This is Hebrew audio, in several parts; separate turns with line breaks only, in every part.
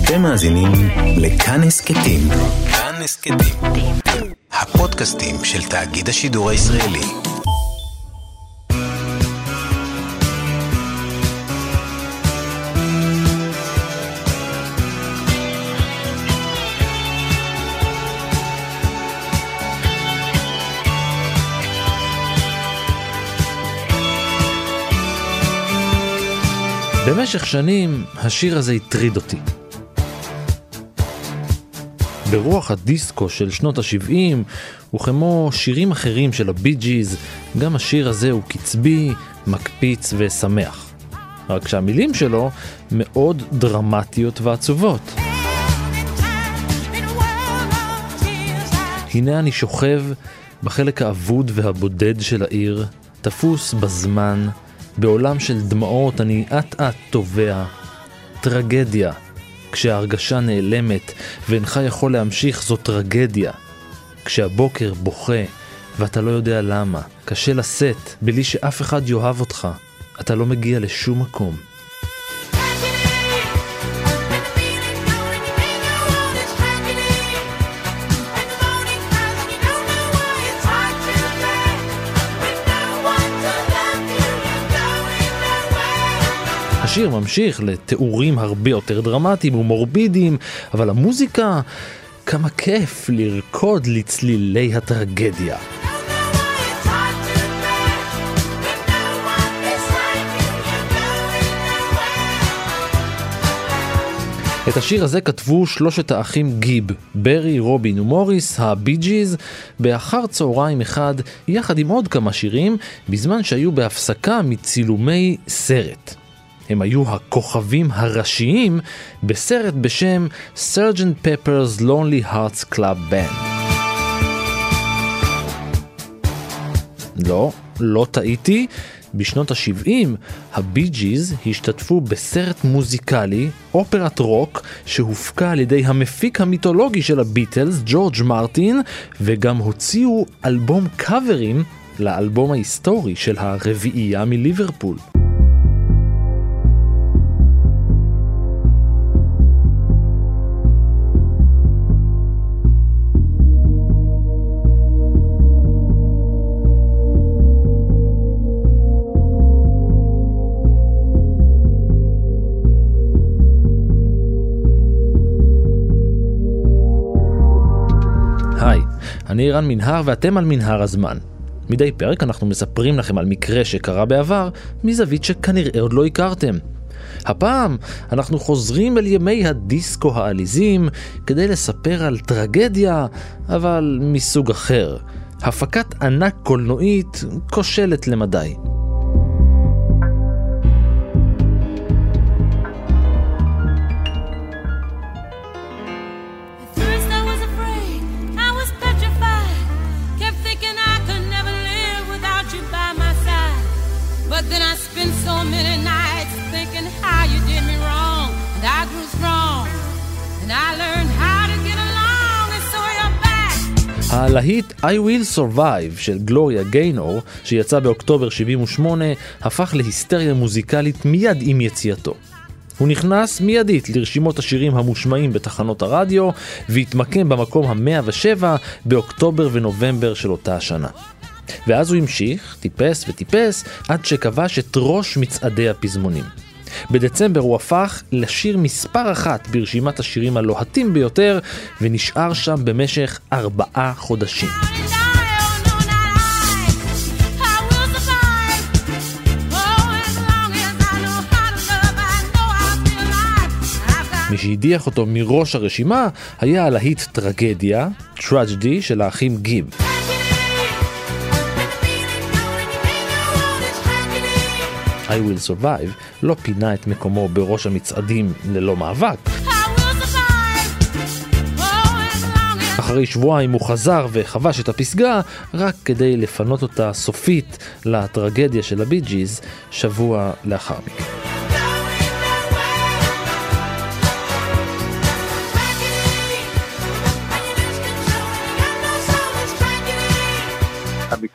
אתם מאזינים לכאן הסכתים. כאן הסכתים. הפודקאסטים של תאגיד השידור הישראלי.
במשך שנים השיר הזה הטריד אותי. ברוח הדיסקו של שנות ה-70, וכמו שירים אחרים של הבי ג'יז, גם השיר הזה הוא קצבי, מקפיץ ושמח. רק שהמילים שלו מאוד דרמטיות ועצובות. הנה אני שוכב בחלק האבוד והבודד של העיר, תפוס בזמן, בעולם של דמעות אני אט טובע, טרגדיה. כשההרגשה נעלמת ואינך יכול להמשיך זו טרגדיה. כשהבוקר בוכה ואתה לא יודע למה, קשה לשאת בלי שאף אחד יאהב אותך, אתה לא מגיע לשום מקום. השיר ממשיך לתיאורים הרבה יותר דרמטיים ומורבידיים, אבל המוזיקה, כמה כיף לרקוד לצלילי הטרגדיה. את השיר הזה כתבו שלושת האחים גיב, ברי, רובין ומוריס, הבי ג'יז, באחר צהריים אחד, יחד עם עוד כמה שירים, בזמן שהיו בהפסקה מצילומי סרט. הם היו הכוכבים הראשיים בסרט בשם Sgt. Pepper's Lonely Hearts Club Band. לא טעיתי, בשנות ה-70 הבי ג'יז השתתפו בסרט מוזיקלי, אופרת רוק, שהופקה על ידי המפיק המיתולוגי של הביטלס, ג'ורג' מרטין, וגם הוציאו אלבום קאברים לאלבום ההיסטורי של הרביעייה מליברפול. היי, אני אירן מנהר ואתם על מנהר הזמן. מדי פרק אנחנו מספרים לכם על מקרה שקרה בעבר מזווית שכנראה עוד לא הכרתם. הפעם אנחנו חוזרים אל ימי הדיסקו העליזים כדי לספר על טרגדיה, אבל מסוג אחר. הפקת ענק קולנועית כושלת למדי.
Then I spent so many nights thinking how you did me wrong, and I grew strong, and I learned how to get along, and so you're back.
הלהיט I Will Survive של גלוריה גיינור, שיצא באוקטובר 78, הפך להיסטריה מוזיקלית מיד עם יציאתו. הוא נכנס מיידית לרשימות השירים המושמעים בתחנות הרדיו, והתמקם במקום ה-107 באוקטובר ונובמבר של אותה השנה. ואז הוא המשיך, טיפס וטיפס, עד שכבש את ראש מצעדי הפזמונים. בדצמבר הוא הפך לשיר מספר 1 ברשימת השירים הלוהטים ביותר, ונשאר שם במשך 4 חודשים. מי שהדיח אותו מראש הרשימה היה הלהיט טרגדיה, Tragedy של האחים גיב. I Will Survive לא פינה את מקומו בראש המצעדים ללא מאבק. אחרי שבועיים הוא חזר וחבש את הפסגה רק כדי לפנות אותה סופית לטרגדיה של הבי ג'יז שבוע לאחר מכן.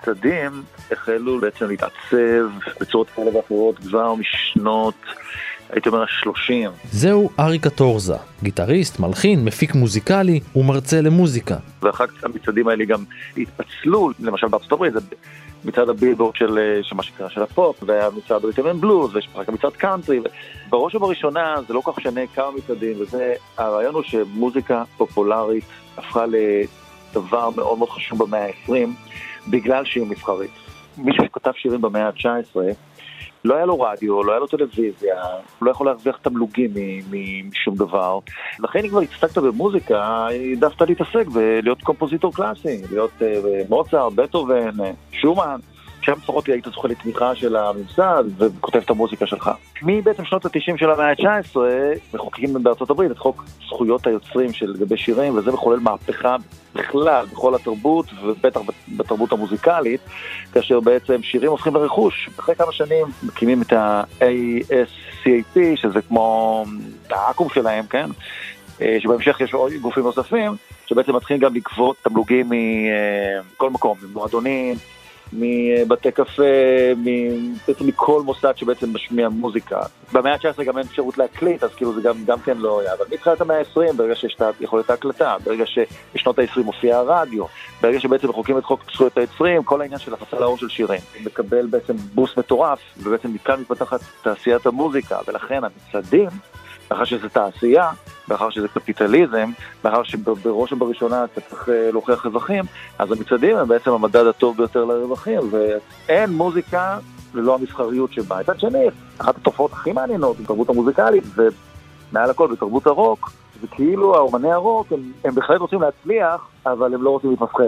המצעדים החלו בעצם להתעצב בצורות כאלה ואחרות כבר משנות הייתי אומר 30.
זהו אריק טורזה, גיטריסט, מלחין, מפיק מוזיקלי ומרצה למוזיקה.
ואחר כך המצעדים האלה גם התפצלו, למשל בארצות הברית, זה מצעד הבילבורד של מה שקרה של הפופ, והמצעד ריתם אנד בלוז, ויש אחר כך מצעד קאנטרי. בראש ובראשונה זה לא כל כך שנה כמה מצעדים, וזה הרעיון הוא שמוזיקה פופולרית הפכה לדבר מאוד מאוד חשוב במאה ה-20, בגלל שהיא מסחרית. מישהו שכתב שירים במאה ה-19, לא היה לו רדיו, לא היה לו טלוויזיה, הוא לא יכול להרוויח תמלוגים משום דבר. לכן אם כבר התעסקת במוזיקה, העדפת להתעסק ולהיות קומפוזיטור קלאסי, להיות מוצרט, בטהובן, שומן. שם לפחות היית זוכה לתמיכה של הממסד וכותב את המוזיקה שלך. מבעצם שנות ה-90 של המאה ה-19 מחוקקים בארצות הברית את חוק זכויות היוצרים של גבי שירים, וזה מחולל מהפכה בכלל בכל התרבות ובטח בתרבות המוזיקלית, כאשר בעצם שירים הופכים לרכוש. אחרי כמה שנים מקימים את ה-ASCAP, שזה כמו העקום שלהם, כן? שבהמשך יש עוד גופים נוספים שבעצם מתחילים גם לגבות תמלוגים מכל מקום, ממועדונים, מבתי קפה, בעצם מכל מוסד שבעצם משמיע מוזיקה. במאה ה-19 גם אין אפשרות להקליט, אז כאילו זה גם כן לא היה. אבל מתחילת המאה ה-20, ברגע שיש את יכולת ההקלטה, ברגע שבשנות ה-20 מופיע הרדיו, ברגע שבעצם מחוקים את חוק זכויות היוצרים, כל העניין של הפצה לאור של שירים, מקבל בעצם בוסט מטורף, ובעצם מכאן מתפתחת תעשיית המוזיקה, ולכן המצעדים, מאחר שזה תעשייה, מאחר שזה קפיטליזם, מאחר שבראש ובראשונה אתה צריך להוכיח רווחים, אז המצעדים הם בעצם המדד הטוב ביותר לרווחים, ואין מוזיקה ללא המסחריות שבה. מצד שני, אחת התופעות הכי מעניינות בתרבות המוזיקלית, ומעל הכל בתרבות הרוק, זה כאילו האומני הרוק, הם בהחלט רוצים להצליח, אבל הם לא רוצים להתמסחר.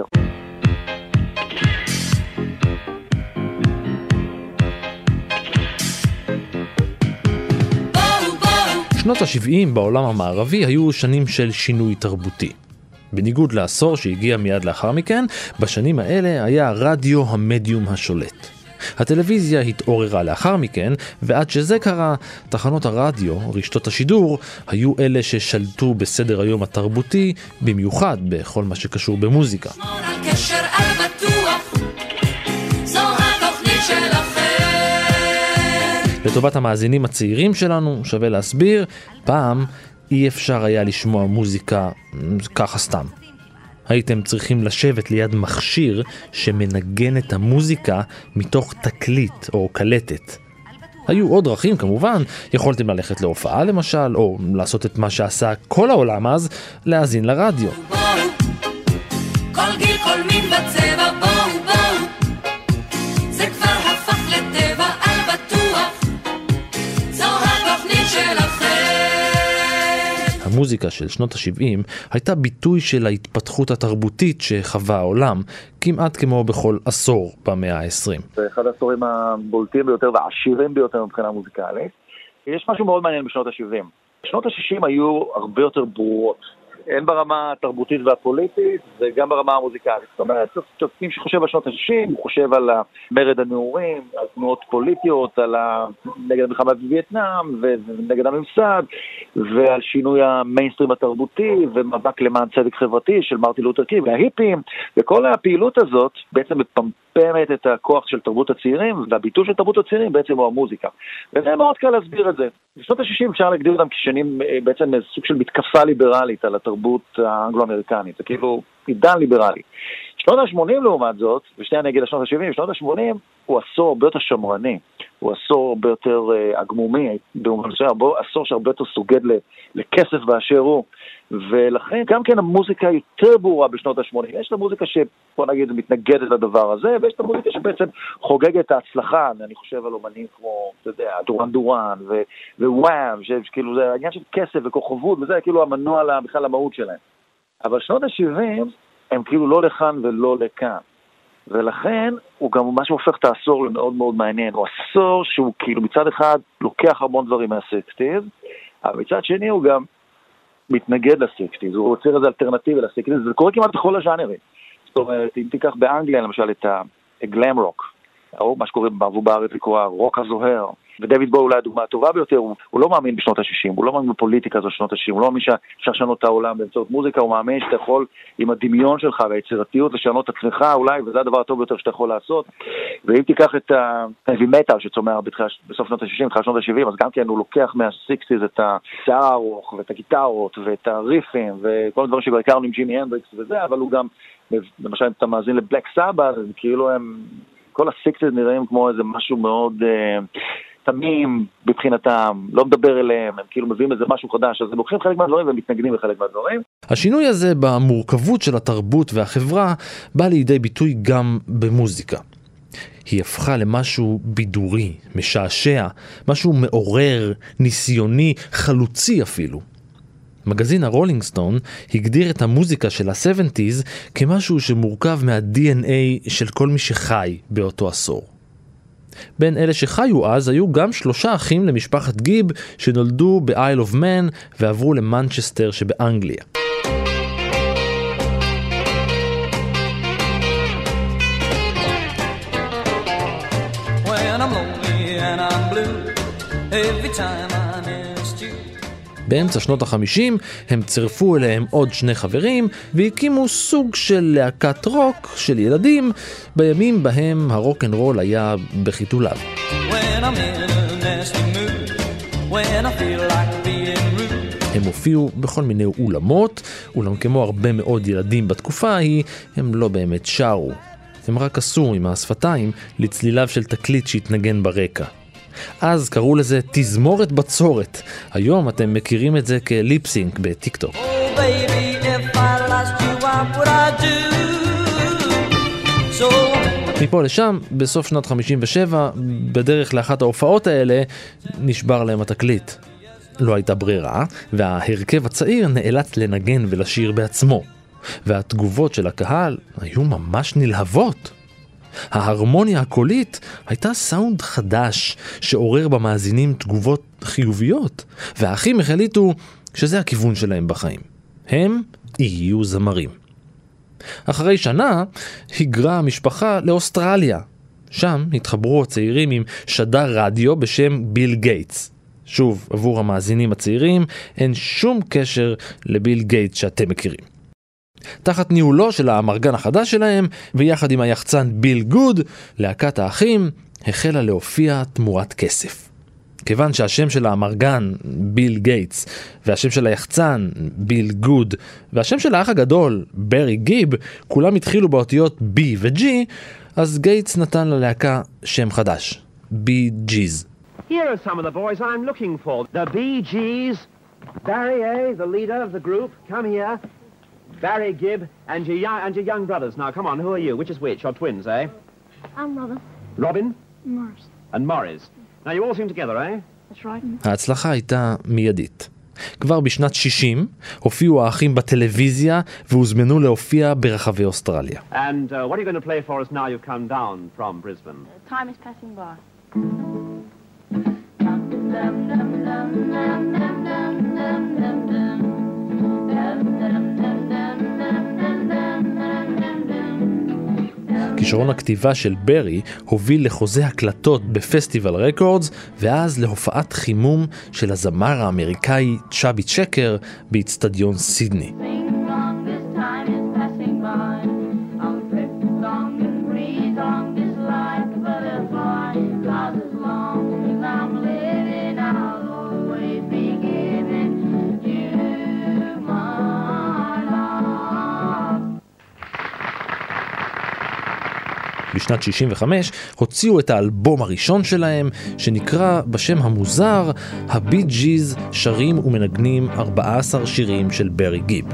שנות ה-70 בעולם המערבי היו שנים של שינוי תרבותי. בניגוד לעשור שהגיע מיד לאחר מכן, בשנים האלה היה הרדיו המדיום השולט. הטלוויזיה התעוררה לאחר מכן, ועד שזה קרה, תחנות הרדיו, רשתות השידור, היו אלה ששלטו בסדר היום התרבותי, במיוחד בכל מה שקשור במוזיקה. לטובת המאזינים הצעירים שלנו, שווה להסביר, פעם אי אפשר היה לשמוע מוזיקה ככה סתם. הייתם צריכים לשבת ליד מכשיר שמנגן את המוזיקה מתוך תקליט או קלטת. היו עוד דרכים כמובן, יכולתם ללכת להופעה למשל, או לעשות את מה שעשה כל העולם אז, להאזין לרדיו.
כל גיל, כל מין בצבע, בואו, בואו, זה כבר הפך לטבע על בטוח, זו התוכנית שלכם.
המוזיקה של שנות ה-70 הייתה ביטוי של ההתפתחות התרבותית שחווה העולם, כמעט כמו בכל עשור במאה ה-20.
זה אחד העשורים הבולטים ביותר והעשירים ביותר מבחינה מוזיקלית. יש משהו מאוד מעניין בשנות ה-70. שנות ה-60 היו הרבה יותר ברורות. הן ברמה התרבותית והפוליטית, וגם ברמה המוזיקלית. זאת אומרת, מי שחושב על שנות ה-60, הוא חושב על מרד הנעורים, על תנועות פוליטיות, נגד המלחמה בווייטנאם, ונגד הממסד, ועל שינוי המיינסטרים התרבותי, ומאבק למען צדק חברתי של מרטין לותר קינג, וההיפים, וכל הפעילות הזאת בעצם מפמפמת את הכוח של תרבות הצעירים, והביטוי של תרבות הצעירים בעצם הוא המוזיקה. וזה מאוד קל להסביר את זה. בשנות ה-60 אפשר להגדיר אותם כשנים בעצם סוג של מתקפה ליברלית על התרבות האנגלו-אמריקנית, זה כאילו עידן ליברלי. שנות ה-80 לעומת זאת, ושנייה נגיד לשנות ה-70, שנות ה-80 הוא עשור הרבה יותר שמרני, הוא עשור הרבה יותר אגמומי, עשור שהרבה יותר סוגד לכסף באשר הוא, ולכן גם כן המוזיקה יותר ברורה בשנות ה-80. יש את המוזיקה שבוא נגיד מתנגדת לדבר הזה, ויש את המוזיקה שבעצם חוגגת את ההצלחה, אני חושב על אומנים כמו, אתה יודע, דורן דורן ווואם, שכאילו זה העניין של כסף וכוכבות, וזה כאילו המנוע בכלל המהות שלהם. אבל שנות ה-70 הם כאילו לא לכאן ולא לכאן. ולכן הוא גם מה שהופך את העשור למאוד מאוד מעניין. הוא עשור שהוא כאילו מצד אחד לוקח המון דברים מהסקסטיז, אבל מצד שני הוא גם מתנגד לסקסטיז. הוא רוצה איזה אלטרנטיבה לסקסטיז. זה קורה כמעט בכל הז'אנרים. זאת אומרת, אם תיקח באנגליה למשל את הגלאם רוק, או מה שקורה בארצות בארץ לקרוא הרוק הזוהר, ודייוויד בואי אולי הדוגמה הטובה ביותר, הוא לא מאמין בשנות ה-60, הוא לא מאמין בפוליטיקה הזו שנות ה-60, הוא לא מאמין שאפשר לשנות את העולם באמצעות מוזיקה, הוא מאמין שאתה יכול עם הדמיון שלך והיצירתיות לשנות את עצמך אולי, וזה הדבר הטוב ביותר שאתה יכול לעשות. ואם תיקח את ההבי מטל שצומח בסוף שנות ה-60, בתחילת שנות ה-70, אז גם כן הוא לוקח מה-60s את השיער הארוך ואת הגיטרות ואת הריפים וכל הדברים שכבר הכרנו עם ג'ימי הנדריקס וזה, אבל הוא גם, למשל אם אתה מאזין לבלק סאבת, אז כאילו כל ה-60s נראים כמו איזה משהו מאוד תמים מבחינתם, לא מדבר אליהם, הם כאילו מביאים איזה משהו חדש, אז הם לוקחים חלק מהדברים והם מתנגדים לחלק מהדברים.
השינוי הזה במורכבות של התרבות והחברה בא לידי ביטוי גם במוזיקה. היא הפכה למשהו בידורי, משעשע, משהו מעורר, ניסיוני, חלוצי אפילו. מגזין הרולינג סטון הגדיר את המוזיקה של ה-70s כמשהו שמורכב מה-DNA של כל מי שחי באותו עשור. בין אלה שחיו אז היו גם 3 אחים למשפחת גיב שנולדו באייל אוף מן ועברו למנצ'סטר שבאנגליה. באמצע שנות ה-50 הם צירפו אליהם עוד 2 חברים והקימו סוג של להקת רוק של ילדים בימים בהם הרוק אנד רול היה בחיתוליו. הם הופיעו בכל מיני אולמות, אולם כמו הרבה מאוד ילדים בתקופה ההיא הם לא באמת שרו. הם רק עשו עם השפתיים לצליליו של תקליט שהתנגן ברקע. אז קראו לזה תזמורת בצורת. היום אתם מכירים את זה כליפסינק בטיקטוק. מפה לשם, בסוף שנת 57, בדרך לאחת ההופעות האלה, נשבר להם התקליט. לא הייתה ברירה, וההרכב הצעיר נאלץ לנגן ולשיר בעצמו. והתגובות של הקהל היו ממש נלהבות. ההרמוניה הקולית הייתה סאונד חדש שעורר במאזינים תגובות חיוביות, והאחים החליטו שזה הכיוון שלהם בחיים. הם יהיו זמרים. אחרי שנה היגרה המשפחה לאוסטרליה. שם התחברו הצעירים עם שדר רדיו בשם ביל גייטס. שוב, עבור המאזינים הצעירים אין שום קשר לביל גייטס שאתם מכירים. תחת ניהולו של האמרגן החדש שלהם, ויחד עם היחצן ביל גוד, להקת האחים החלה להופיע תמורת כסף. כיוון שהשם של האמרגן, ביל גייטס, והשם של היחצן, ביל גוד, והשם של האח הגדול, ברי גיב, כולם התחילו באותיות B ו-G, אז גייטס נתן ללהקה שם חדש, Bee Gees.
Here are some of the boys I'm looking for. The Bee Gees. Barry A., the leader of the group, come here. Barry Gibb and your young brothers. Now, come on, who are you? Which is which? You're twins, eh?
I'm Robin.
Robin?
Morris.
And Morris. Now, you all sing together, eh?
That's right.
ההצלחה הייתה מיידית. כבר בשנת 60 הופיעו האחים בטלוויזיה והוזמנו להופיע ברחבי אוסטרליה.
And what are you going to play for us now you've come down from Brisbane?
Time is passing by.
כישרון הכתיבה של ברי הוביל לחוזה הקלטות בפסטיבל רקורדס, ואז להופעת חימום של הזמר האמריקאי צ'אבי צ'קר באצטדיון סידני. בשנת 65 הוציאו את האלבום הראשון שלהם, שנקרא בשם המוזר, הבי ג'יז שרים ומנגנים 14 שירים של ברי גיב.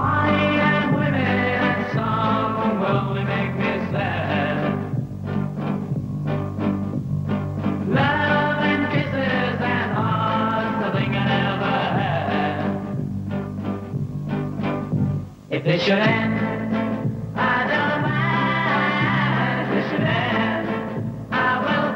If they should end, I don't mind. If they should end, I will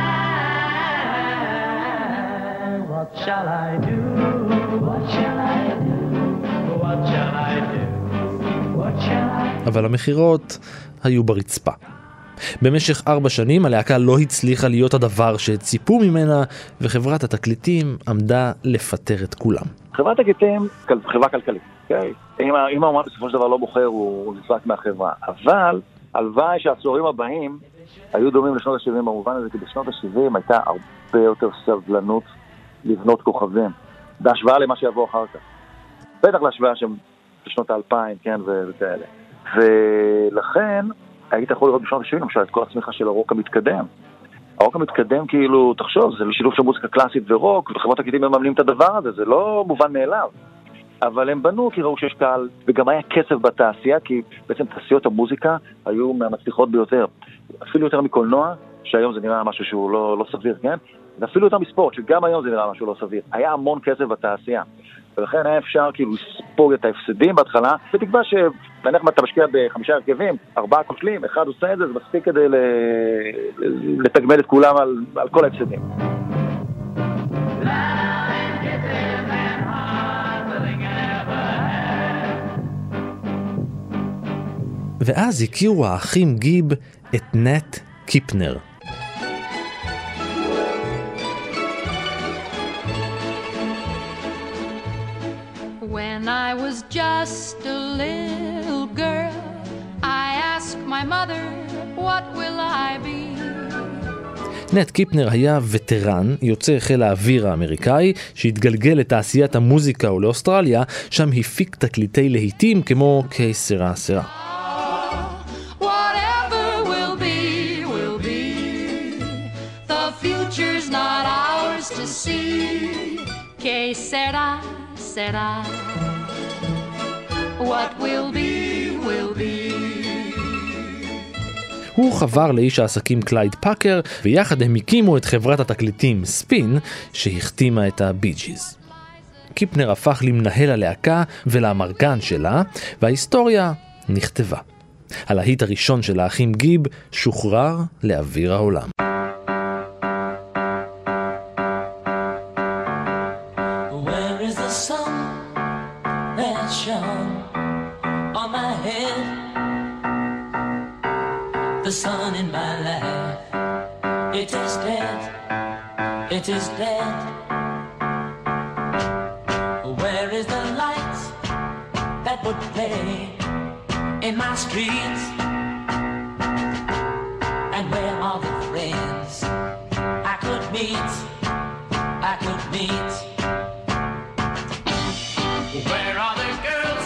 find. What shall I do? What shall I do? What shall I do? What shall I do?
אבל המחירות היו ברצפה. במשך 4 שנים הלהקה לא הצליחה להיות הדבר שציפו ממנה, וחברת התקליטים עמדה לפטר את כולם.
חברת התקליטים, חברה כלכלית. אם האומן בסופו של דבר לא בוחר, הוא נזרק מהחברה. אבל הלוואי שהעשורים הבאים היו דומים לשנות ה-70 במובן הזה, כי בשנות ה-70 הייתה הרבה יותר סבלנות לבנות כוכבים, בהשוואה למה שיבוא אחר כך. בטח להשוואה בשנות ה-2000, כן, וכאלה. ולכן היית יכול לראות בשנות ה-70 למשל את כל הצמיחה של הרוק המתקדם. הרוק המתקדם כאילו, תחשוב, זה שילוב של מוזיקה קלאסית ורוק, וחברות התקליטים מממנים את הדבר הזה, זה לא מובן מאליו. אבל הם בנו כי ראו שיש קהל, וגם היה קצב בתעשייה, כי בעצם תעשיות המוזיקה היו מהמצליחות ביותר. אפילו יותר מקולנוע, שהיום זה נראה משהו שהוא לא סביר, כן? ואפילו יותר מספורט, שגם היום זה נראה משהו לא סביר. היה המון קצב בתעשייה. ולכן היה אפשר כאילו לספוג את ההפסדים בהתחלה, בתקווה שנניח אתה משקיע ב5 הרכבים, 4 כושלים, אחד עושה את זה, זה מספיק כדי לתגמל את כולם על כל ההפסדים.
ואז הכירו האחים גיב את נט קיפנר.
When I was just a little girl, I asked my mother, what will I be?
נט קיפנר היה וטרן, יוצא חיל האוויר האמריקאי, שהתגלגל לתעשיית המוזיקה ולאוסטרליה, שם הפיק תקליטי להיטים כמו "Que sera sera".
Whatever will be, will be. The future's not ours to see. Que sera, sera. What will be, will be.
הוא חבר לאיש העסקים קלייד פאקר, ויחד הם הקימו את חברת התקליטים ספין, שהחתימה את הבי ג'יז. קיפנר הפך למנהל הלהקה ולאמרגן שלה, וההיסטוריה נכתבה. הלהיט הראשון של האחים גיב שוחרר לאוויר העולם.
Where is the sun that shone on my head? The sun in my life, it is dead, it is dead. Where is the light that would play in my streets? And where are the friends I could meet, I could meet? Where are the girls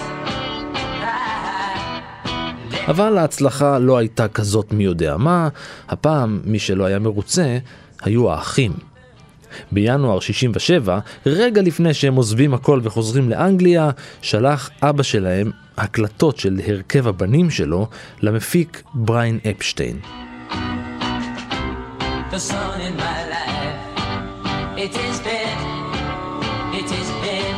אבל ההצלחה לא הייתה כזאת מי יודע מה, הפעם מי שלא היה מרוצה היו האחים. בינואר 67, רגע לפני שהם עוזבים הכל וחוזרים לאנגליה, שלח אבא שלהם הקלטות של הרכב הבנים שלו למפיק בריין אפשטיין.
The sun in my life, it is dead, it is dead.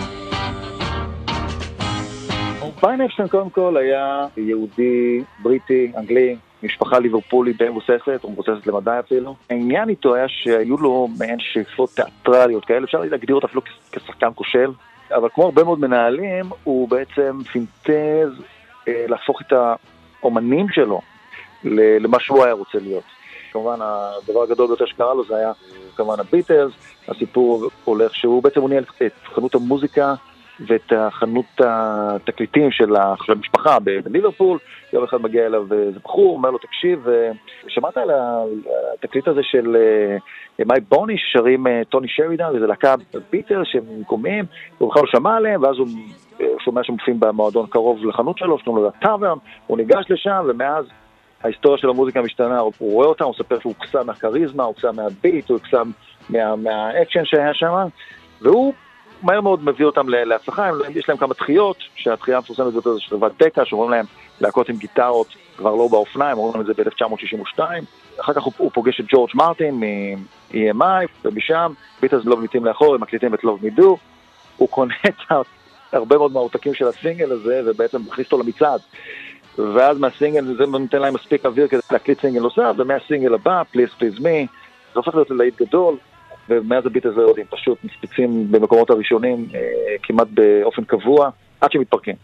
בריין אפשטיין קודם כל היה יהודי, בריטי, אנגלי, משפחה ליברפולית די מבוססת, או מבוססת למדי אפילו. העניין איתו היה שהיו לו מעין שאיפות תיאטרליות כאלה, אפשר להגדיר אותה אפילו כשחקן כושל, אבל כמו הרבה מאוד מנהלים, הוא בעצם פינטז להפוך את האומנים שלו למה שהוא היה רוצה להיות. כמובן, הדבר הגדול ביותר שקרה לו זה היה כמובן הביטלס. הסיפור הולך שהוא בעצם ניהל את חנות המוזיקה ואת חנות התקליטים של המשפחה בליברפול. יום אחד מגיע אליו איזה בחור, אומר לו, תקשיב, שמעת על התקליט הזה של מי בוני ששרים טוני שרידן, וזה להקה ביטלס שהם מקומיים, הוא בכלל לא שמע עליהם, ואז הוא שומע שמופיעים במועדון קרוב לחנות שלו, שקוראים לו הטאברן, הוא ניגש לשם, ומאז ההיסטוריה של המוזיקה משתנה, הוא רואה אותה, הוא מספר שהוא קסם מהקריזמה, הוא קסם מהביט, הוא קסם מהאקשן שהיה שם, והוא מהר מאוד מביא אותם להצלחה. יש להם כמה דחיות, שהדחייה המפורסמת ביותר זה של חברת דקה, שאומרים להם להקות עם גיטרות כבר לא באופניים, אומרים להם את זה ב-1962. אחר כך הוא פוגש את ג'ורג' מרטין מ-EMI, ומשם ביטלס לא מביטים לאחור, הם מקליטים את Love Me Do. הוא קונה את הרבה מאוד מהעותקים של הסינגל הזה, ובעצם מכניס אותו למצעד. ואז מהסינגל, זה נותן להם מספיק אוויר כדי להקליט סינגל נוסף, ומהסינגל הבא, Please Please Me, זה הופך להיות להיט גדול, ומאז הביט הזה יודעים, פשוט מספיצים במקומות הראשונים, כמעט באופן קבוע, עד שמתפרקים.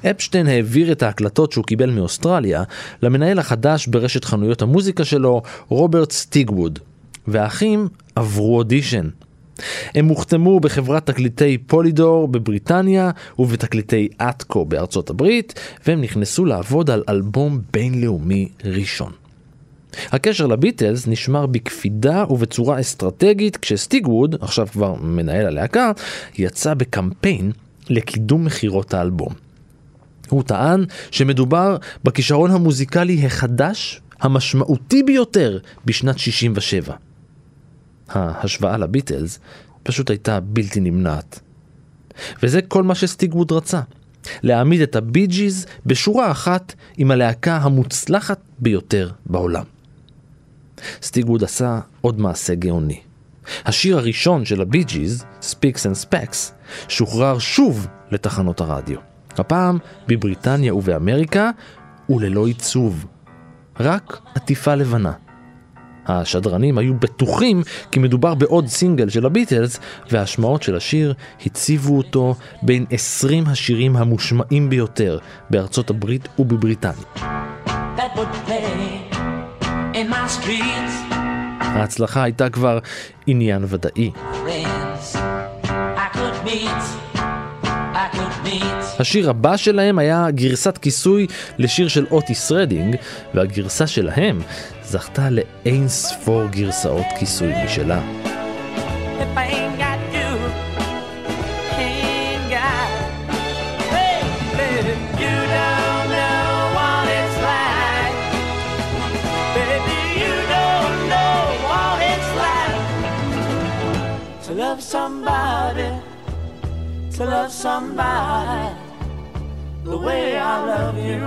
אפשטיין העביר את ההקלטות שהוא קיבל מאוסטרליה למנהל החדש ברשת חנויות המוזיקה שלו, רוברט סטיגווד, והאחים עברו אודישן. הם הוחתמו בחברת תקליטי פולידור בבריטניה ובתקליטי אטקו בארצות הברית, והם נכנסו לעבוד על אלבום בינלאומי ראשון. הקשר לביטלס נשמר בקפידה ובצורה אסטרטגית כשסטיגווד, עכשיו כבר מנהל הלהקה, יצא בקמפיין לקידום מחירות האלבום. הוא טען שמדובר בכישרון המוזיקלי החדש המשמעותי ביותר בשנת 67. ההשוואה לביטלס פשוט הייתה בלתי נמנעת. וזה כל מה שסטיגווד רצה, להעמיד את הבי ג'יז בשורה אחת עם הלהקה המוצלחת ביותר בעולם. סטיגווד עשה עוד מעשה גאוני. השיר הראשון של הבי ג'יז, Speaks and Specs, שוחרר שוב לתחנות הרדיו. הפעם בבריטניה ובאמריקה, וללא עיצוב. רק עטיפה לבנה. השדרנים היו בטוחים כי מדובר בעוד סינגל של הביטלס, וההשמעות של השיר הציבו אותו בין 20 השירים המושמעים ביותר בארצות הברית ובבריטניה. ההצלחה הייתה כבר עניין ודאי. השיר הבא שלהם היה גרסת כיסוי לשיר של אוטיס רדינג, והגרסה שלהם זכתה לאין ספור גרסאות כיסוי משלה.
To love somebody the way I love you.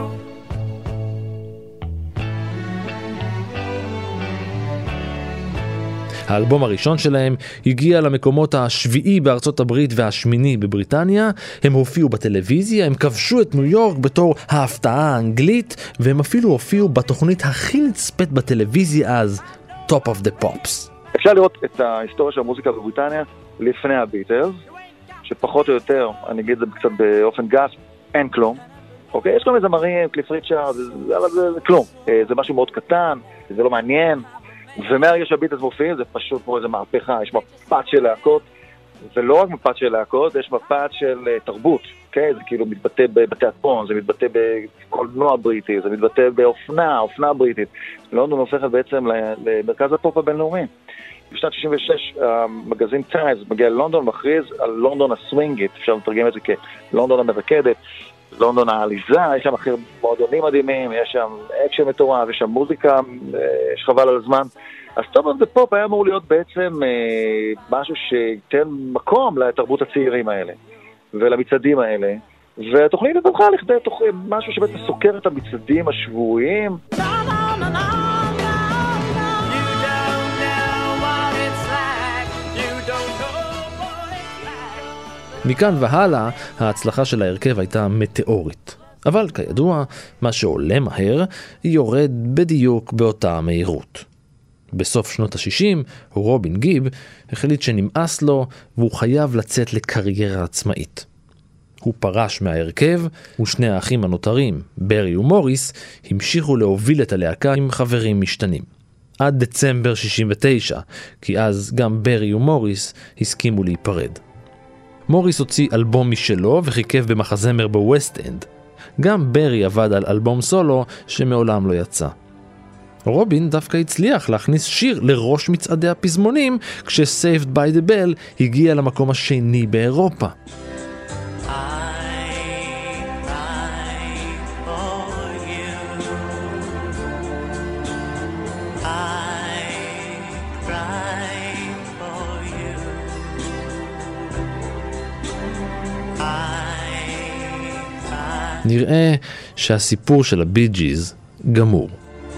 האלבום הראשון שלהם הגיע למקומות השביעי בארצות הברית והשמיני בבריטניה. הם הופיעו בטלוויזיה, הם כבשו את ניו יורק בתור ההפתעה האנגלית, והם אפילו הופיעו בתוכנית הכי נצפית בטלוויזיה אז, Top of the Pops.
אפשר לראות את ההיסטוריה של המוזיקה בבריטניה לפני הביטלס, שפחות או יותר, אני אגיד את זה קצת באופן גס, אין כלום. אוקיי, יש כל מיני זמרים, קליף ריצ'רד, אבל זה כלום. זה משהו מאוד קטן, זה לא מעניין, ומהרגע שהביטלס מופיעים, זה פשוט כמו איזה מהפכה, יש מפת של להקות, ולא רק מפת של להקות, יש מפת של תרבות, אוקיי? זה כאילו מתבטא בתיאטרון, זה מתבטא בקולנוע בריטי, זה מתבטא אופנה בריטית. לונדון הופכת בעצם למרכז הפופ הבינלאומי. בשנת 66 המגזין טיימס מגיע ללונדון, מכריז על לונדון הסווינגית, אפשר לתרגם את זה כלונדון המרקדת, לונדון העליזה, יש שם אחר מועדונים מדהימים, יש שם אקשן מטורף, יש שם מוזיקה, יש חבל על הזמן. אז טוב, זה פופ היה אמור להיות בעצם משהו שייתן מקום לתרבות הצעירים האלה ולמצעדים האלה, והתוכנית התמכה לכדי משהו שבעצם סוקר את המצעדים השבועיים.
מכאן והלאה, ההצלחה של ההרכב הייתה מטאורית. אבל כידוע, מה שעולה מהר, יורד בדיוק באותה מהירות. בסוף שנות ה-60, רובין גיב החליט שנמאס לו, והוא חייב לצאת לקריירה עצמאית. הוא פרש מההרכב, ושני האחים הנותרים, ברי ומוריס, המשיכו להוביל את הלהקה עם חברים משתנים. עד דצמבר 69, כי אז גם ברי ומוריס הסכימו להיפרד. מוריס הוציא אלבום משלו וחיכב במחזמר בווסט אנד. גם ברי עבד על אלבום סולו שמעולם לא יצא. רובין דווקא הצליח להכניס שיר לראש מצעדי הפזמונים כש-Saved by the Bell הגיע למקום השני באירופה. נראה שהסיפור של הבי ג'יז גמור.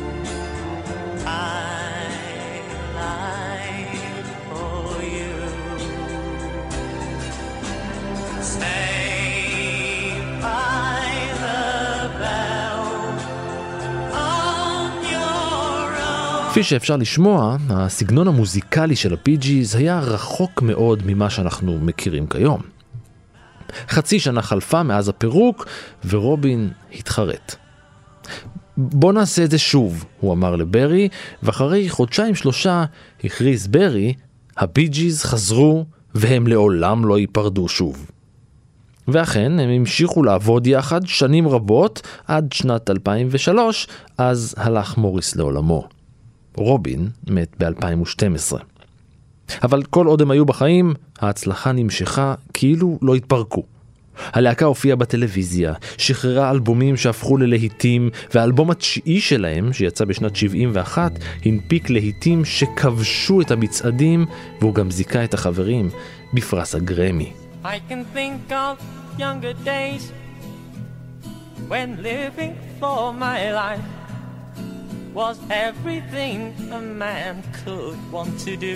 כפי שאפשר לשמוע, הסגנון המוזיקלי של הבי ג'יז היה רחוק מאוד ממה שאנחנו מכירים כיום. חצי שנה חלפה מאז הפירוק, ורובין התחרט. בוא נעשה את זה שוב, הוא אמר לברי, ואחרי חודשיים-שלושה הכריז ברי, הבי ג'יז חזרו והם לעולם לא ייפרדו שוב. ואכן, הם המשיכו לעבוד יחד שנים רבות, עד שנת 2003, אז הלך מוריס לעולמו. רובין מת ב-2012. אבל כל עוד הם היו בחיים, ההצלחה נמשכה כאילו לא התפרקו. הלהקה הופיעה בטלוויזיה, שחררה אלבומים שהפכו ללהיטים, והאלבום התשיעי שלהם, שיצא בשנת 71, הנפיק להיטים שכבשו את המצעדים, והוא גם זיכה את החברים בפרס הגרמי.
I can think of younger days when living for my life was everything a man could want to do.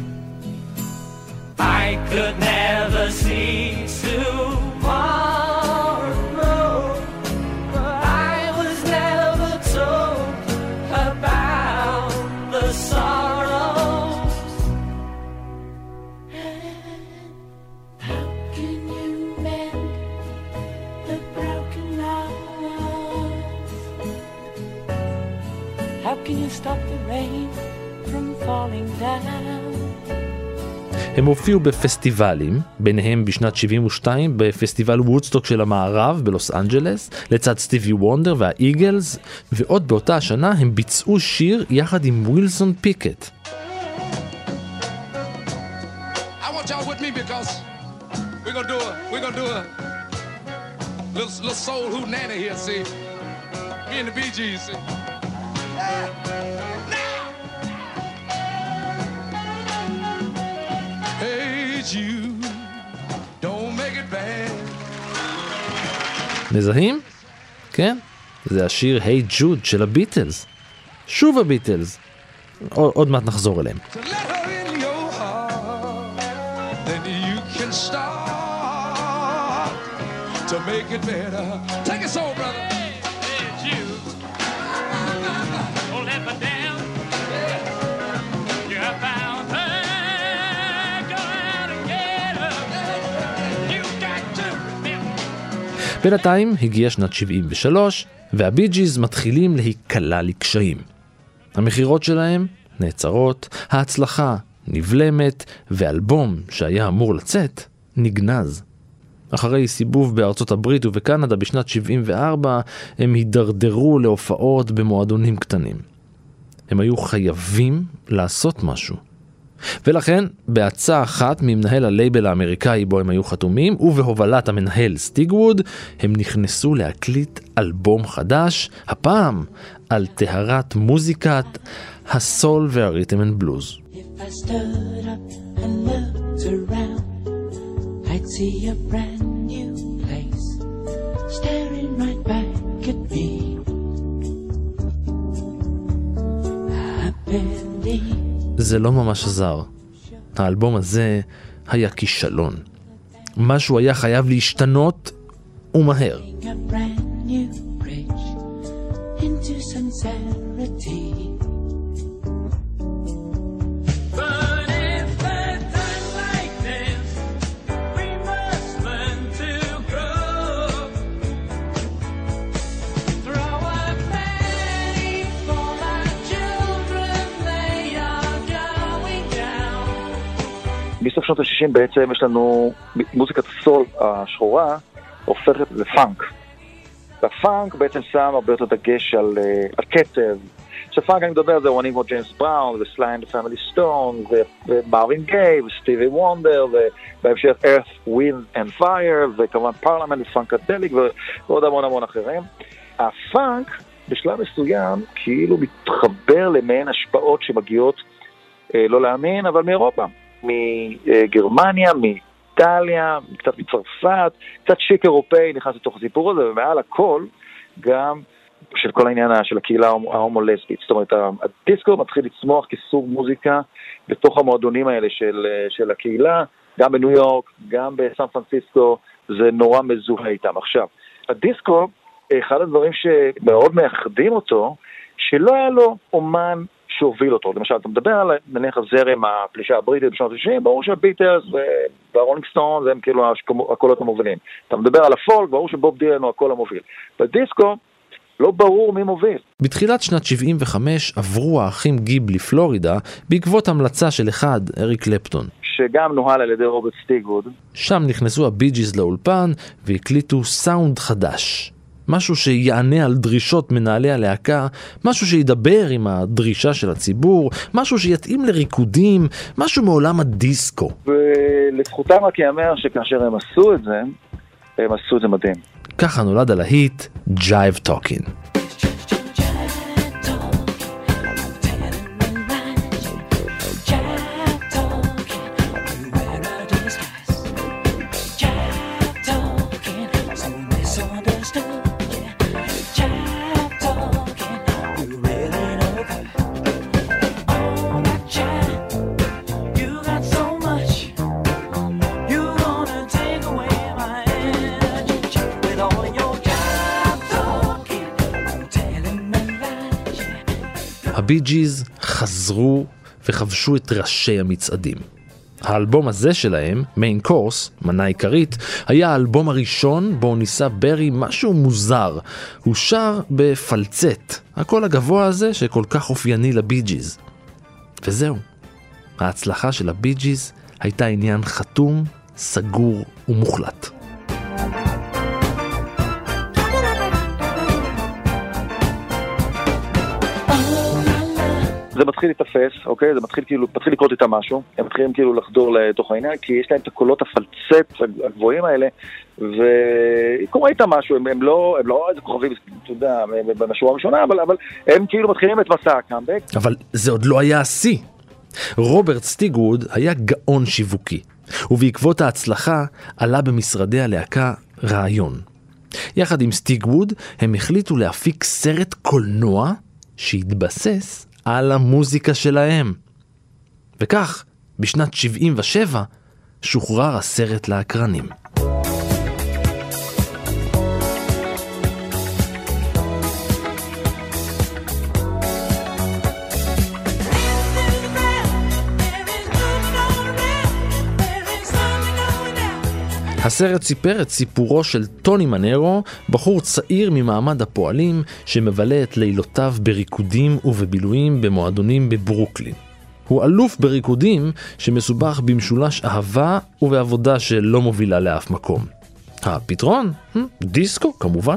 I could never see tomorrow, but I was never told about the sorrows.
How can you mend the broken hearts? How can you stop the rain from falling down?
הם הופיעו בפסטיבלים, ביניהם בשנת 72 בפסטיבל וודסטוק של המערב בלוס אנג'לס, לצד סטיבי וונדר והאיגלס, ועוד באותה השנה הם ביצעו שיר יחד עם ווילסון פיקט.
I want y'all with me because we're gonna do a little soul hootenanny here, see? Me and the Bee Gees, see? Hey Jude, don't make it bad.
מזהים? כן, זה השיר Hey Jude של הביטלס. שוב הביטלס. עוד מעט נחזור אליהם.
To let her in your heart, then you can start to make it better. Take it so, brother.
Hey, Jude, don't let me down. You found her, go out and get her. You got to be.
בינתיים הגיעה שנת 73, והבי ג'יז מתחילים להיקלע לקשיים. המחירות שלהם נעצרות, ההצלחה נבלמת, ואלבום שהיה אמור לצאת נגנז. אחרי סיבוב בארצות הברית ובקנדה בשנת 74, הם הידרדרו להופעות במועדונים קטנים. הם היו חייבים לעשות משהו. ולכן, בהצעה אחת ממנהל הלייבל האמריקאי בו הם היו חתומים, ובהובלת המנהל סטיג ווד, הם נכנסו להקליט אלבום חדש, הפעם על טהרת מוזיקת הסול והרית'ם אנד בלוז.
If I stood up and looked around, I'd see a brand new place staring right back at me. I believe
זה לא ממש עזר. האלבום הזה היה כישלון. משהו היה חייב להשתנות ומהר.
a brand new bridge into sincerity.
But if at times like this, we must learn to grow. Throw a penny for my children, they are going down.
בסוף שנות ה-60 בעצם יש לנו מוזיקת הסול השחורה הופכת לפאנק. והפאנק בעצם שם הרבה יותר דגש על קצב. שפאנק אני מדבר זה וואנים כמו ג'יימס בראון וסליי אנד פמילי סטון ומרווין גיי וסטיבי וונדר ובהמשך Earth, Wind and Fire וכמובן פרלמנט ופאנקדליק ועוד המון המון אחרים. הפאנק בשלב מסוים כאילו מתחבר למעין השפעות שמגיעות לא להאמין אבל מאירופה, מגרמניה, איטליה, קצת מצרפת, קצת שיק אירופאי נכנס לתוך הסיפור הזה, ומעל הכל גם של כל העניין של הקהילה ההומו-לסבית. זאת אומרת, הדיסקו מתחיל לצמוח כסוג מוזיקה בתוך המועדונים האלה של הקהילה, גם בניו יורק, גם בסן פרנסיסקו, זה נורא מזוהה איתם. עכשיו, הדיסקו, אחד הדברים שמאוד מאחדים אותו, שלא היה לו אומן שהוביל אותו. למשל, אתה מדבר על נניח הזרם הפלישה הבריטית בשנות ה-90, ברור שהביטלס והרולינג סטונס הם כאילו הקולות המובילים. אתה מדבר על הפולק, ברור שבוב דילן הוא הקול המוביל. בדיסקו לא ברור מי מוביל.
בתחילת שנת 75 עברו האחים גיב לפלורידה בעקבות המלצה של אחד, אריק קלפטון.
שגם נוהל על ידי רוברט סטיגווד.
שם נכנסו הבי ג'יז לאולפן והקליטו סאונד חדש. משהו שיענה על דרישות מנהלי הלהקה, משהו שידבר עם הדרישה של הציבור, משהו שיתאים לריקודים, משהו מעולם הדיסקו.
ולזכותם רק יאמר שכאשר הם עשו את זה, הם עשו את זה מדהים.
ככה נולד הלהיט Jive Talkin'. הבי ג'יז חזרו וחבשו את ראשי המצעדים. האלבום הזה שלהם, מיין קורס, מנה עיקרית, היה האלבום הראשון בו ניסה ברי משהו מוזר. הוא שר בפלצט, הקול הגבוה הזה שכל כך אופייני לבי ג'יז. וזהו. ההצלחה של הבי ג'יז הייתה עניין חתום, סגור ומוחלט.
זה מתחיל להתאפס, אוקיי? זה מתחיל לקרות איתם משהו, הם מתחילים כאילו לחדור לתוך העניין, כי יש להם את הקולות הפלצט הגבוהים האלה, וקורה איתם משהו, הם לא איזה כוכבים, אתה יודע, במשורה הראשונה, אבל הם כאילו מתחילים את מסע הקאמבק.
אבל זה עוד לא היה השיא. רוברט סטיגווד היה גאון שיווקי, ובעקבות ההצלחה עלה במשרדי הלהקה רעיון. יחד עם סטיגווד הם החליטו להפיק סרט קולנוע שהתבסס על המוזיקה שלהם. וכך, בשנת 77 שוחרר הסרט לאקרנים. הסרט סיפר את סיפורו של טוני מנרו, בחור צעיר ממעמד הפועלים שמבלה את לילותיו בריקודים ובבילויים במועדונים בברוקלין. הוא אלוף בריקודים שמסובך במשולש אהבה ובעבודה שלא מובילה לאף מקום. הפתרון? דיסקו כמובן.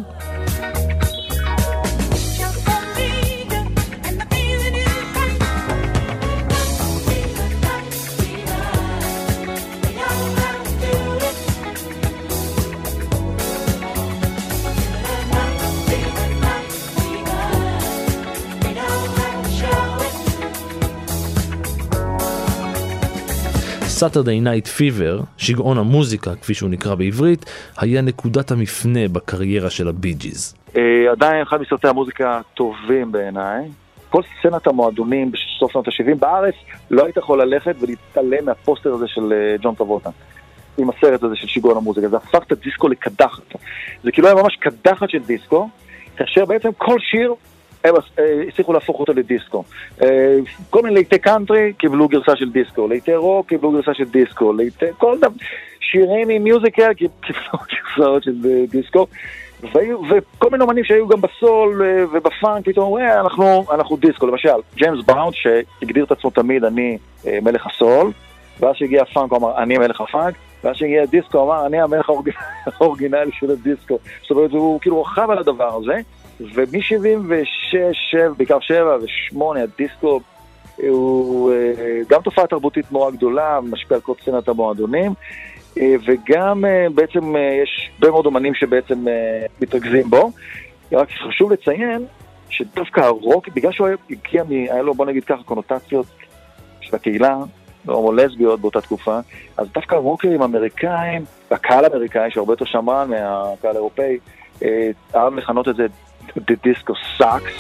Saturday Night Fever, שגעון המוזיקה כפי שהוא נקרא בעברית, היה נקודת המפנה בקריירה של הבי ג'יז.
עדיין אחד מסרטי המוזיקה טובים בעיניי. כל סצנת המועדונים בסוף שנות ה-70 בארץ לא היית יכול ללכת ולהתעלם מהפוסטר הזה של ג'ון טרבוטה. עם הסרט הזה של שיגעון המוזיקה. זה הפך את הדיסקו לקדחת. זה כאילו היה ממש קדחת של דיסקו, כאשר בעצם כל שיר הם הצליחו להפוך אותו לדיסקו. כל מיני ליטי קאנטרי קיבלו גרסה של דיסקו, ליטי רוק קיבלו גרסה של דיסקו, כל דבר, שירים עם מיוזיקל קיבלו גרסאות של דיסקו, וכל מיני אומנים שהיו גם בסול ובפאנק, פתאום אנחנו דיסקו. למשל, ג'יימס בראון שהגדיר את עצמו תמיד אני מלך הסול, ואז שהגיע הפאנק הוא אמר אני מלך הפאנק, ואז שהגיע הדיסקו הוא אמר אני המלך האורגינלי של הדיסקו. זאת אומרת, הוא כאילו רחב על הדבר הזה, ומ-76, בעיקר 7 ו-8, הדיסקו הוא גם תופעה תרבותית מאוד גדולה, משפיע על כל סצנת המועדונים, וגם בעצם יש הרבה מאוד אומנים שבעצם מתרכזים בו. רק חשוב לציין שדווקא הרוק, בגלל שהוא הגיע היה לו, בוא נגיד ככה, קונוטציות של הקהילה, הומו-לסביות באותה תקופה, אז דווקא הרוקרים אמריקאים, והקהל האמריקאי שהרבה יותר שמרן מהקהל האירופאי, אהב לכנות את זה The Disco Sucks.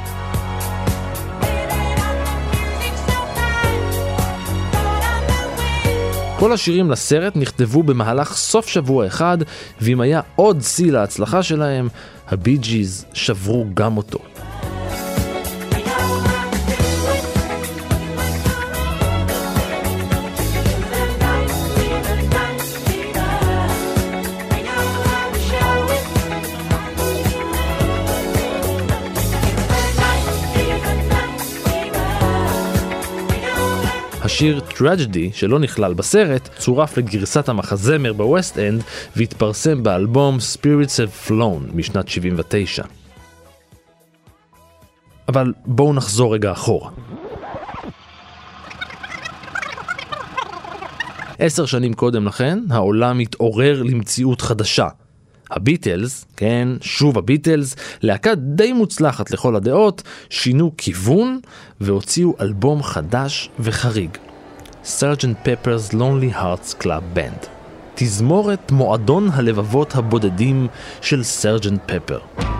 כל השירים לסרט נכתבו במהלך סוף שבוע אחד, ואם היה עוד שיא להצלחה שלהם, הבי ג'יז שברו גם אותו. השיר Tragedy, שלא נכלל בסרט, צורף לגרסת המחזמר בווסט אנד והתפרסם באלבום Spirits Have Flown משנת 79. אבל בואו נחזור רגע אחורה. 10 שנים קודם לכן, העולם התעורר למציאות חדשה. הביטלס, כן, שוב הביטלס, להקה די מוצלחת לכל הדעות, שינו כיוון והוציאו אלבום חדש וחריג. Sgt. Pepper's Lonely Hearts Club Band. תזמורת מועדון הלבבות הבודדים של סרג'נט פפר.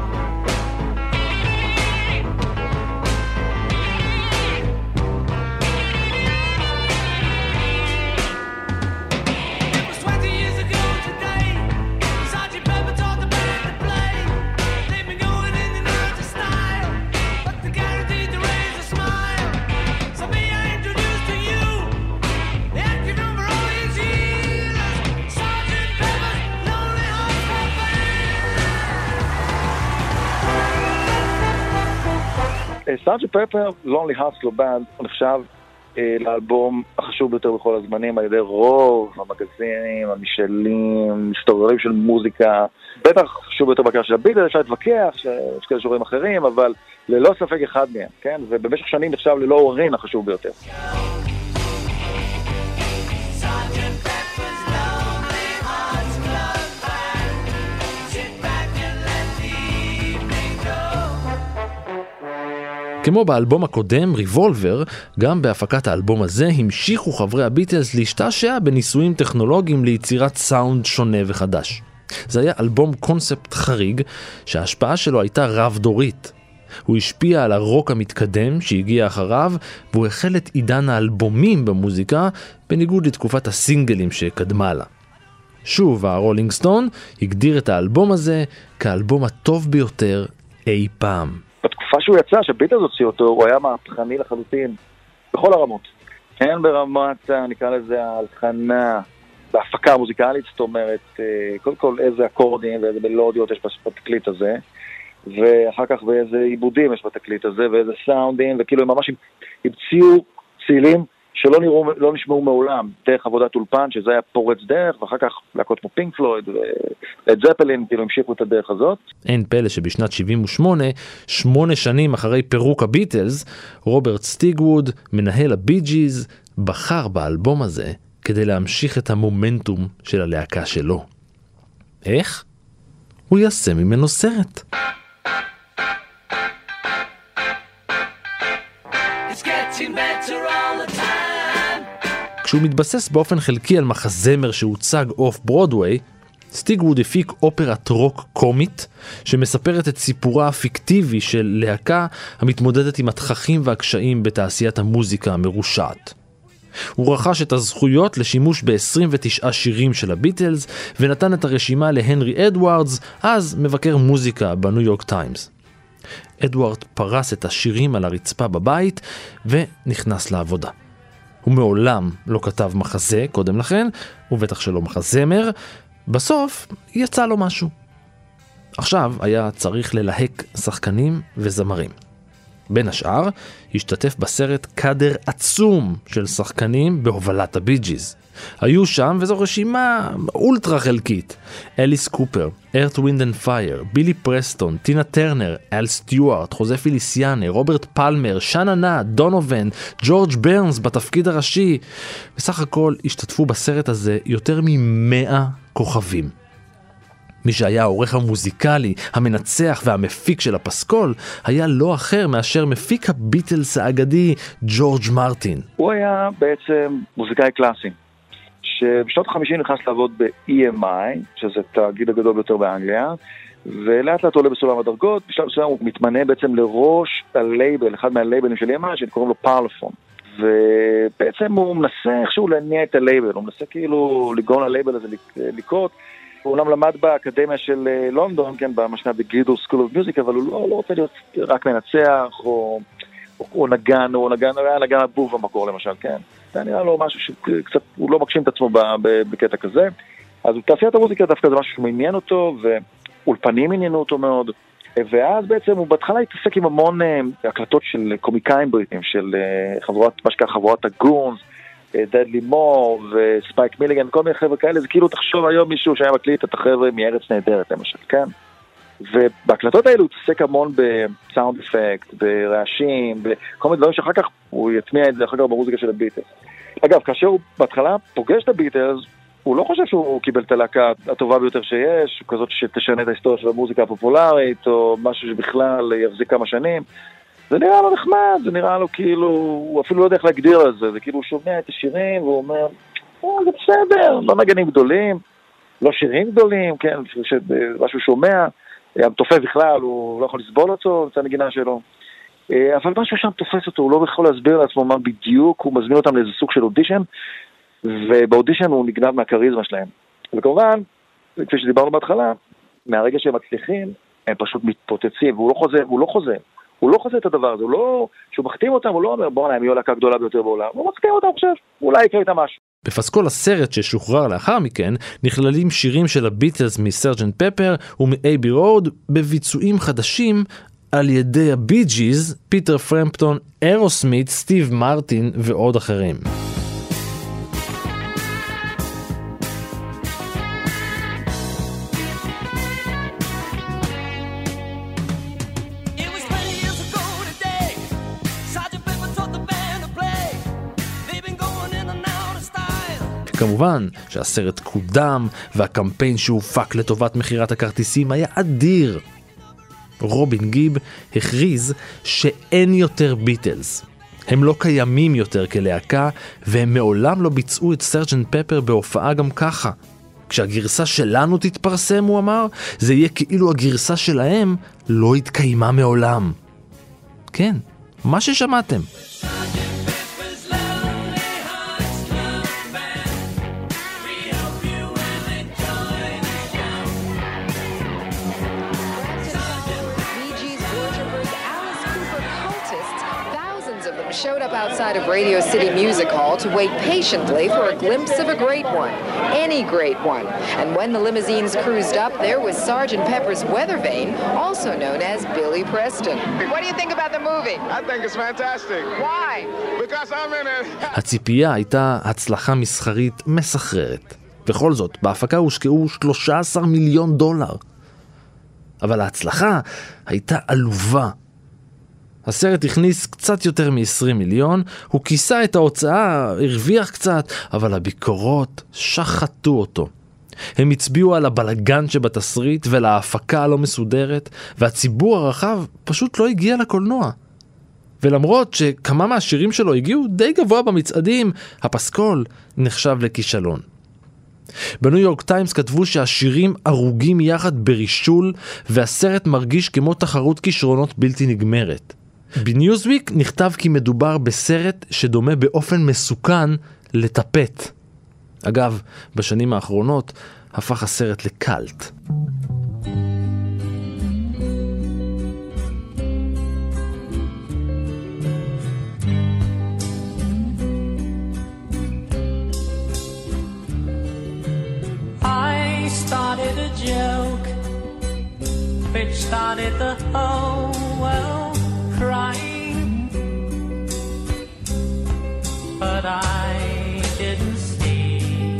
סרג'נט פפר, Lonely Hearts Club Band, הוא נחשב לאלבום החשוב ביותר בכל הזמנים על ידי רוב המגזינים, המשלים, היסטוריונים של מוזיקה. בטח חשוב ביותר בקרה של הביטלס, אפשר להתווכח, יש כאלה שורים אחרים, אבל ללא ספק אחד מהם, כן? ובמשך שנים נחשב ללא עוררין החשוב ביותר. כמו באלבום הקודם, ריבולבר, גם בהפקת האלבום הזה המשיכו חברי הביטלס להשתעשע בניסויים טכנולוגיים ליצירת סאונד שונה וחדש. זה היה אלבום קונספט חריג שההשפעה שלו הייתה רב-דורית. הוא השפיע על הרוק המתקדם שהגיע אחריו, והוא החל את עידן האלבומים במוזיקה בניגוד לתקופת הסינגלים שקדמה לה. שוב, הרולינג סטון הגדיר את האלבום הזה כאלבום הטוב ביותר אי פעם. בתקופה שהוא יצא, שהביטלס הוציא אותו, הוא היה מהפכני לחלוטין, בכל הרמות. כן, ברמת, נקרא לזה, ההלחנה, בהפקה המוזיקלית, זאת אומרת, קודם כל איזה אקורדים ואיזה מלודיות יש בתקליט הזה, ואחר כך ואיזה עיבודים יש בתקליט הזה, ואיזה סאונדים, וכאילו הם ממש המציאו צלילים שלא נשמעו מעולם, דרך עבודת אולפן, שזה היה פורץ דרך, ואחר כך להקות כמו פינק פלויד וזפלין, כאילו המשיכו את הדרך הזאת.
אין פלא שבשנת 78, 8 שנים אחרי פירוק הביטלס, רוברט סטיגווד, מנהל הבי ג'יז, בחר באלבום הזה כדי להמשיך את המומנטום של הלהקה שלו. איך? הוא יעשה ממנו סרט. כשהוא מתבסס באופן חלקי על מחזמר שהוצג אוף ברודווי, סטיגווד הפיק אופרת רוק קומית שמספרת את סיפורה הפיקטיבי של להקה המתמודדת עם התככים והקשיים בתעשיית המוזיקה המרושעת. הוא רכש את הזכויות לשימוש ב-29 שירים של הביטלס ונתן את הרשימה להנרי אדוארדס, אז מבקר מוזיקה בניו יורק טיימס. אדוארד פרס את השירים על הרצפה בבית ונכנס לעבודה. הוא מעולם לא כתב מחזה קודם לכן, ובטח שלא מחזמר. בסוף יצא לו משהו. עכשיו היה צריך ללהק שחקנים וזמרים. בין השאר, השתתף בסרט קאדר עצום של שחקנים בהובלת הבי ג'יז. היו שם, וזו רשימה אולטרה חלקית: אליס קופר, ארת ווינד אנד פייר, בילי פרסטון, טינה טרנר, אל סטיוארט, חוזה פיליסיאנה, רוברט פלמר, שנה נה, דונובן, ג'ורג' ברנס בתפקיד הראשי. בסך הכל השתתפו בסרט הזה יותר מ100 כוכבים. מי שהיה העורך המוזיקלי, המנצח והמפיק של הפסקול, היה לא אחר מאשר מפיק הביטלס האגדי, ג'ורג' מרטין.
הוא היה בעצם מוזיקאי קלאסי, שבשנות ה-50 נכנס לעבוד ב-EMI, שזה תאגיד הגדול ביותר באנגליה, ולאט לאט עולה בסולם הדרגות. בשלב מסוים הוא מתמנה בעצם לראש הלייבל, אחד מהלייבלים של EMI, שקוראים לו פרלפון. ובעצם הוא מנסה איכשהו להניע את הלייבל, הוא מנסה כאילו לגרום ללייבל הזה לקרות. הוא אומנם למד באקדמיה של לונדון, כן, במשנה בגידו סקול אוף מיוזיק, אבל הוא לא רוצה להיות רק מנצח, או נגן, הוא היה נגן הבוב במקור למשל, כן. זה נראה לו משהו שקצת, הוא לא מגשים את עצמו בקטע כזה. אז תעשיית המוזיקה דווקא זה משהו שמעניין אותו, ואולפנים עניינו אותו מאוד. ואז בעצם הוא בהתחלה התעסק עם המון הקלטות של קומיקאים בריטים, של חבורת, מה שקרה חבורת הגונס, דדלי מור וספייק מיליגן, כל מיני חבר'ה כאלה, זה כאילו תחשוב היום מישהו שהיה מקליט את החבר'ה מארץ נהדרת למשל, כן? ובהקלטות האלו הוא תעסק המון בסאונד אפקט, ברעשים, בכל מיני דברים שאחר כך הוא יטמיע את זה אחר כך במוזיקה של הביטלס. אגב, כאשר הוא בהתחלה פוגש את הביטלס, הוא לא חושב שהוא קיבל את הלהקה הטובה ביותר שיש, כזאת שתשנה את ההיסטוריה של המוזיקה הפופולרית, או משהו שבכלל יחזיק כמה שנים. זה נראה לו נחמד, זה נראה לו כאילו, הוא אפילו לא יודע איך להגדיר על זה, זה כאילו הוא שומע את השירים והוא אומר, זה בסדר, לא נגנים גדולים, לא שירים גדולים, כן, משהו שומע, המתופף בכלל, הוא לא יכול לסבול אותו, את הנגינה שלו. אבל משהו שם תופס אותו, הוא לא יכול להסביר לעצמו מה בדיוק, הוא מזמין אותם לאיזה סוג של אודישן, ובאודישן הוא נגנב מהקריזמה שלהם. וכמובן, כפי שדיברנו בהתחלה, מהרגע שהם מצליחים, הם פשוט מתפוצצים, והוא לא חוזה את הדבר הזה, כשהוא מחתים אותם, הוא לא אומר, בוא נעים, יהיו להקה גדולה ביותר בעולם, הוא מחתים אותם, חושב, אולי יקרה איתם משהו.
בפסקול הסרט ששוחרר לאחר מכן, נכללים שירים של הביטלס מסרג'נט פפר ומאייבי רוד, בביצועים חדשים על ידי הבי ג'יז, פיטר פרמפטון, אירוסמית, סטיב מרטין ועוד אחרים. כמובן שהסרט קודם והקמפיין שהופק לטובת מחירת הכרטיסים היה אדיר. רובין גיב הכריז שאין יותר ביטלס. הם לא קיימים יותר כלהקה והם מעולם לא ביצעו את סרג'נט פפר בהופעה גם ככה. כשהגרסה שלנו תתפרסם, הוא אמר, זה יהיה כאילו הגרסה שלהם לא התקיימה מעולם. כן, מה ששמעתם.
Showed up outside of Radio City Music Hall to wait patiently for a glimpse of a great one, any great one. And when the limousines cruised up, there was Sgt. Pepper's Weather Vane, also known as Billy Preston. What do you think about the movie?
I think it's fantastic.
Why?
Because I'm in it.
הציפייה הייתה הצלחה מסחרית מסחררת. בכל זאת, בהפקה הושקעו $13 מיליון. אבל ההצלחה הייתה עלובה. הסרט הכניס קצת יותר מ-20 מיליון, הוא כיסה את ההוצאה, הרוויח קצת, אבל הביקורות שחטו אותו. הם הצביעו על הבלגן שבתסריט ולהפקה הלא מסודרת, והציבור הרחב פשוט לא הגיע לקולנוע. ולמרות שכמה מהשירים שלו הגיעו די גבוה במצעדים, הפסקול נחשב לכישלון. בניו יורק טיימס כתבו שהשירים ארוגים יחד ברישול, והסרט מרגיש כמו תחרות כישרונות בלתי נגמרת. בניוזוויק נכתב כי מדובר בסרט שדומה באופן מסוכן לטפט. אגב, בשנים האחרונות הפך הסרט לקלט.
I started a joke which started the whole world crying, but I didn't see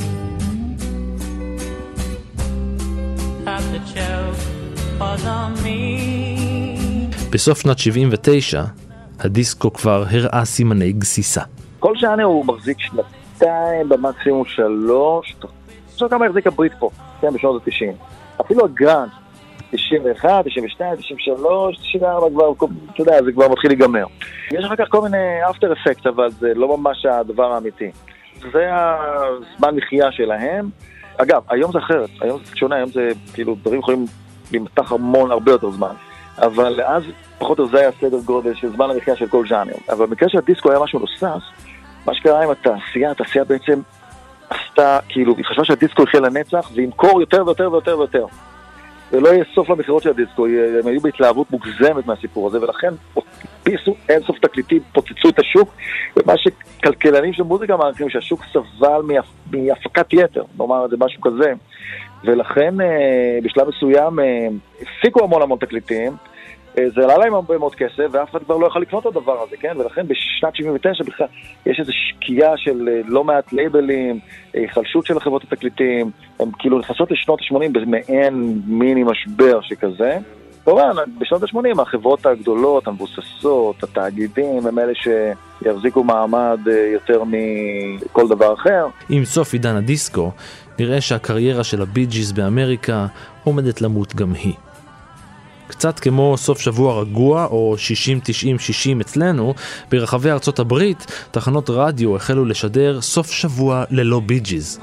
that the joke was on me.
בסוף שנת 79 הדיסקו כבר הראה סימני גסיסה.
כל שנה הוא מחזיק 2 במקסימום 3, עכשיו כמה החזיק הברית פה, כן, בשנות ה-90. אפילו הגרנד 91, 92, 93, 94 כבר, אתה יודע, זה כבר מתחיל להיגמר. יש אחר כך כל מיני אפטר אפקט, אבל זה לא ממש הדבר האמיתי. זה הזמן מחיה שלהם. אגב, היום זה אחרת, היום זה שונה, היום זה כאילו דברים יכולים למתח הרבה יותר זמן. אבל אז פחות או זה היה סדר גודל של זמן המחיה של כל ז'אנר. אבל במקרה של הדיסקו היה משהו נוסף, מה שקרה עם התעשייה בעצם עשתה, כאילו, היא חשבה שהדיסקו יחיה לנצח, וימכור יותר ויותר ויותר ויותר. ולא יהיה סוף למחירות של הדיסקו, הם היו בהתלהבות מוגזמת מהסיפור הזה, ולכן פיסו אין סוף תקליטים, פוצצו את השוק, ומה שכלכלנים של מוזיקה מערכים, שהשוק סבל מהפקת יתר, נאמר זה משהו כזה, ולכן בשלב מסוים הפיקו המון תקליטים, זה עלה להם הרבה מאוד כסף, ואף אחד כבר לא יכול לקנות את הדבר הזה, כן? ולכן בשנת 79 בכלל יש איזו שקיעה של לא מעט לייבלים, חלשות של החברות התקליטים, הם כאילו נכנסות לשנות ה-80 במעין מיני משבר שכזה. כמובן, בשנות ה-80 החברות הגדולות, המבוססות, התאגידים, הם אלה שיחזיקו מעמד יותר מכל דבר אחר.
עם סוף עידן הדיסקו, נראה שהקריירה של הבי ג'יז באמריקה עומדת למות גם היא. קצת כמו סוף שבוע רגוע או 60-90-60 אצלנו, ברחבי ארצות הברית, תחנות רדיו החלו לשדר סוף שבוע ללא בי ג'יז.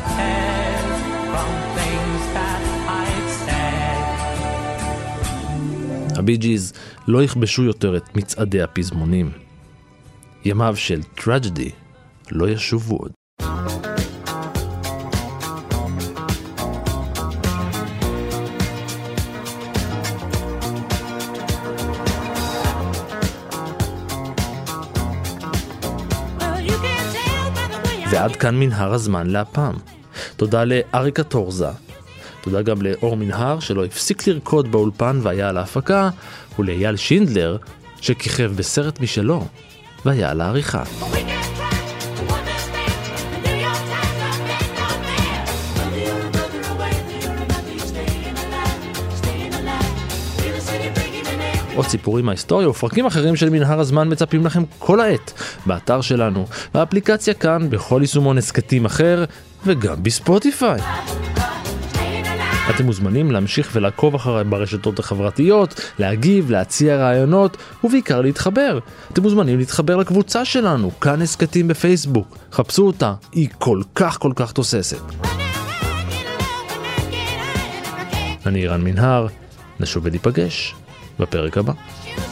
הבי ג'יז לא יכבשו יותר את מצעדי הפזמונים. ימיו של טרג'די לא ישובו עוד. ועד כאן מנהר הזמן להפעם. תודה לאריקה טורזה. תודה גם לאור מנהר שלא הפסיק לרקוד באולפן והיה על ההפקה, ולאייל שינדלר שכיכב בסרט משלו והיה על העריכה. עוד סיפורים מההיסטוריה ופרקים אחרים של מנהר הזמן מצפים לכם כל העת באתר שלנו, באפליקציה כאן, בכל יישומון הסקטים אחר וגם בספוטיפיי. אתם מוזמנים להמשיך ולעקוב אחריי ברשתות החברתיות, להגיב, להציע רעיונות ובעיקר להתחבר. אתם מוזמנים להתחבר לקבוצה שלנו, כאן הסקטים בפייסבוק. חפשו אותה, היא כל כך תוססת. אני אירן מנהר, נשוב וניפגש בפרק הבא.